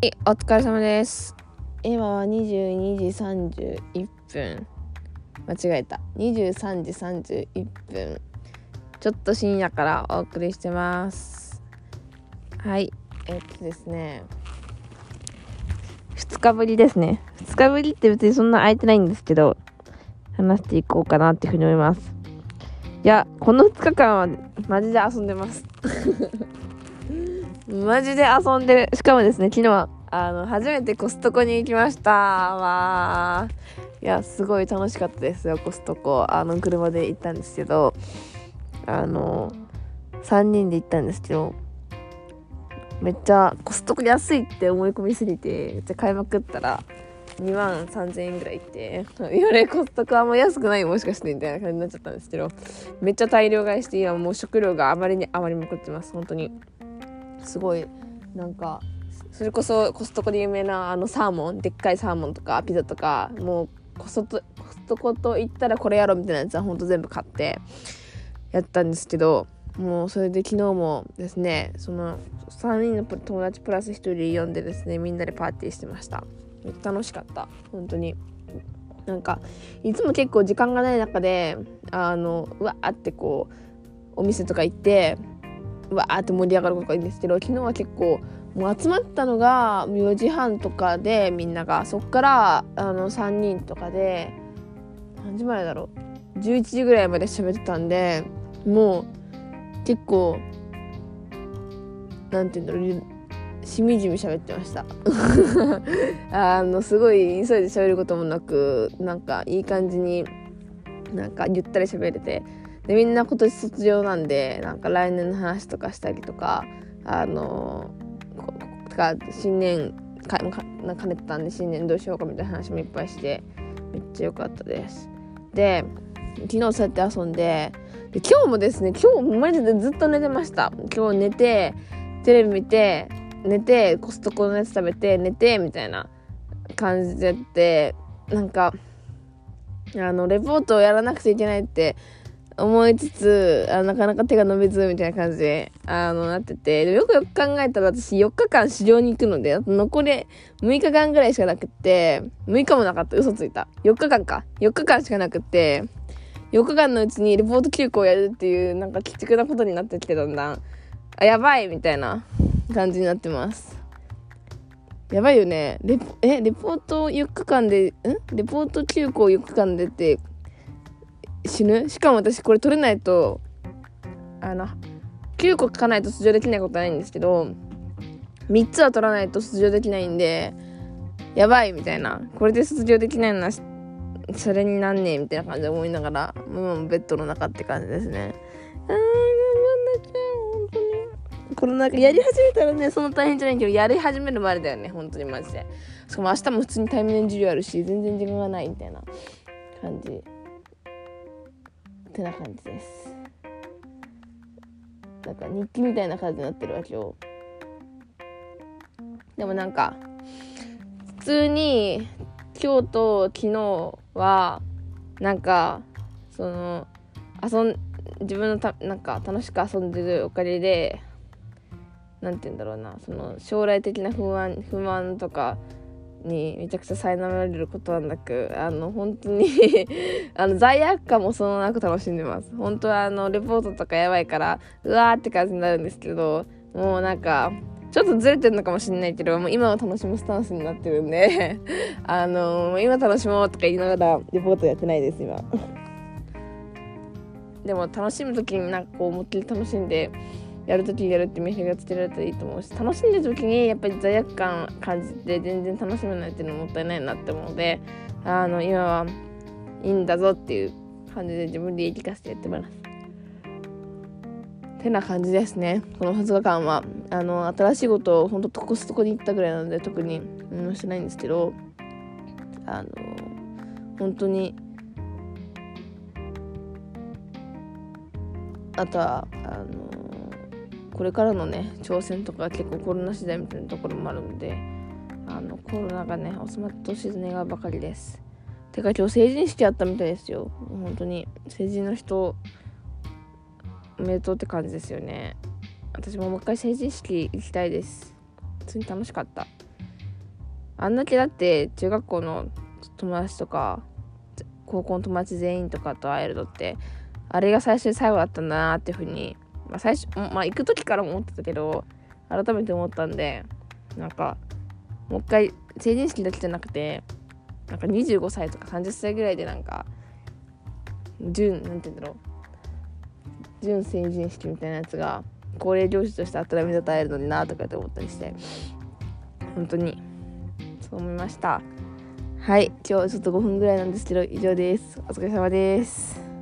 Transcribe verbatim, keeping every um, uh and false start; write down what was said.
お疲れ様です。今はにじゅうにじさんじゅういっぷん、間違えた、にじゅうさんじさんじゅういっぷん、ちょっと深夜からお送りしてます。はい、えっとですねふつかぶりですね。ふつかぶりって別にそんな空いてないんですけど、話していこうかなっていうふうに思います。いや、このふつかかんはマジで遊んでますマジで遊んでる。しかもですね、昨日はあの初めてコストコに行きました。わー、いやすごい楽しかったですよ。コストコ、あの車で行ったんですけど、あのさんにんで行ったんですけど、めっちゃコストコ安いって思い込みすぎて、めっちゃ買いまくったらにまんさんぜんえんぐらいいって、いやね、コストコはもう安くない、もしかしてみたいな感じになっちゃったんですけど、めっちゃ大量買いして、今もう食料があまりに余りまくってます。本当にすごい、なんかそれこそコストコで有名なあのサーモン、でっかいサーモンとかピザとか、もうコストコストコと言ったらこれやろみたいなやつはほんと全部買ってやったんですけど、もうそれで昨日もですね、そのさんにんの友達プラスひとり呼んでですね、みんなでパーティーしてました。楽しかった。本当になんかいつも結構時間がない中で、あのうわーってこうお店とか行ってうわーって盛り上がることがいいんですけど、昨日は結構もう集まったのがよじはんとかで、みんながそっからあのさんにんとかで何時までだろう、じゅういちじぐらいまで喋ってたんで、もう結構なんていうんだろう、しみじみ喋ってましたあのすごい急いで喋ることもなく、なんかいい感じになんかゆったり喋れて、でみんな今年卒業なんで、なんか来年の話とかしたりとか、あのとか新年かか兼ねてたんで、新年どうしようかみたいな話もいっぱいして、めっちゃ良かったです。で昨日そうやって遊んで、で今日もですね、今日マジでずっと寝てました。今日寝てテレビ見て寝て、コストコのやつ食べて寝てみたいな感じでやって、なんかあのレポートをやらなくちゃいけないって思いつつ、あなかなか手が伸びずみたいな感じであのなってて、でよくよく考えたら私よっかかん市場に行くので、あと残りむいかかんぐらいしかなくって、むいかもなかった、嘘ついた、よっかかんかよっかかんしかなくって、よっかかんのうちにレポート休校やるっていう、なんか鬼畜なことになってきて、だんだんあやばいみたいな感じになってます。やばいよね。レポえレポートよっかかんでんレポート休校よっかかんでって死ぬ。しかも私これ取れないと、あのきゅうこ書かないと出場できないことないんですけど、みっつは取らないと出場できないんで、やばいみたいな、これで卒業できないのはそれになんねえみたいな感じで思いながら、もうベッドの中って感じですね。あー頑張んなきゃ、本当にこれなんかやり始めたらね、そんな大変じゃないけど、やり始めるまでだよね、本当にマジで。しかも明日も普通に対面授業あるし、全然時間がないみたいな感じってな感じです。なんか日記みたいな感じになってるわけよ。でもなんか普通に今日と昨日はなんかその遊ん自分のたなんか楽しく遊んでるおかげで、なんて言うんだろうな、その将来的な不安不満とかにめちゃくちゃ苛まれることはなく、あの本当にあの罪悪感もそのなく楽しんでます。本当はあのレポートとかやばいからうわーって感じになるんですけど、もうなんかちょっとずれてるのかもしれないけど、もう今を楽しむスタンスになってるんであの今楽しもうとか言いながらレポートやってないです今でも楽しむ時になんかこう思いっきり楽しんでやるときにやるってメリハリがつけられたらいいと思うし、楽しんでるときにやっぱり罪悪感感じて全然楽しめないっていうのももったいないなって思うので、あの今はいいんだぞっていう感じで自分で言い聞かせてやってますてな感じですね。このふつかかんはあの新しいことをほんとコストコに行ったぐらいなので特に何もしてないんですけど、あの本当にあとはあのこれからのね挑戦とか結構コロナ次第みたいなところもあるので、あのコロナがね収まってほしいと願うばかりです。てか今日成人式あったみたいですよ。本当に成人の人おめでとうって感じですよね。私ももう一回成人式行きたいです。普通に楽しかった。 あんだけだって中学校の友達とか高校の友達全員とかと会えるのってあれが最初で最後だったんだなっていうふうに、まあ、最初まあ行く時からも思ってたけど改めて思ったんで、なんかもう一回成人式だけじゃなくてなんかにじゅうごさいとかさんじゅっさいぐらいでなんか準なんて言うんだろう準成人式みたいなやつが恒例行事としてあったら目立たれるのになとかって思ったりして、本当にそう思いました。はい、今日ちょっとごふんぐらいなんですけど以上です。お疲れ様です。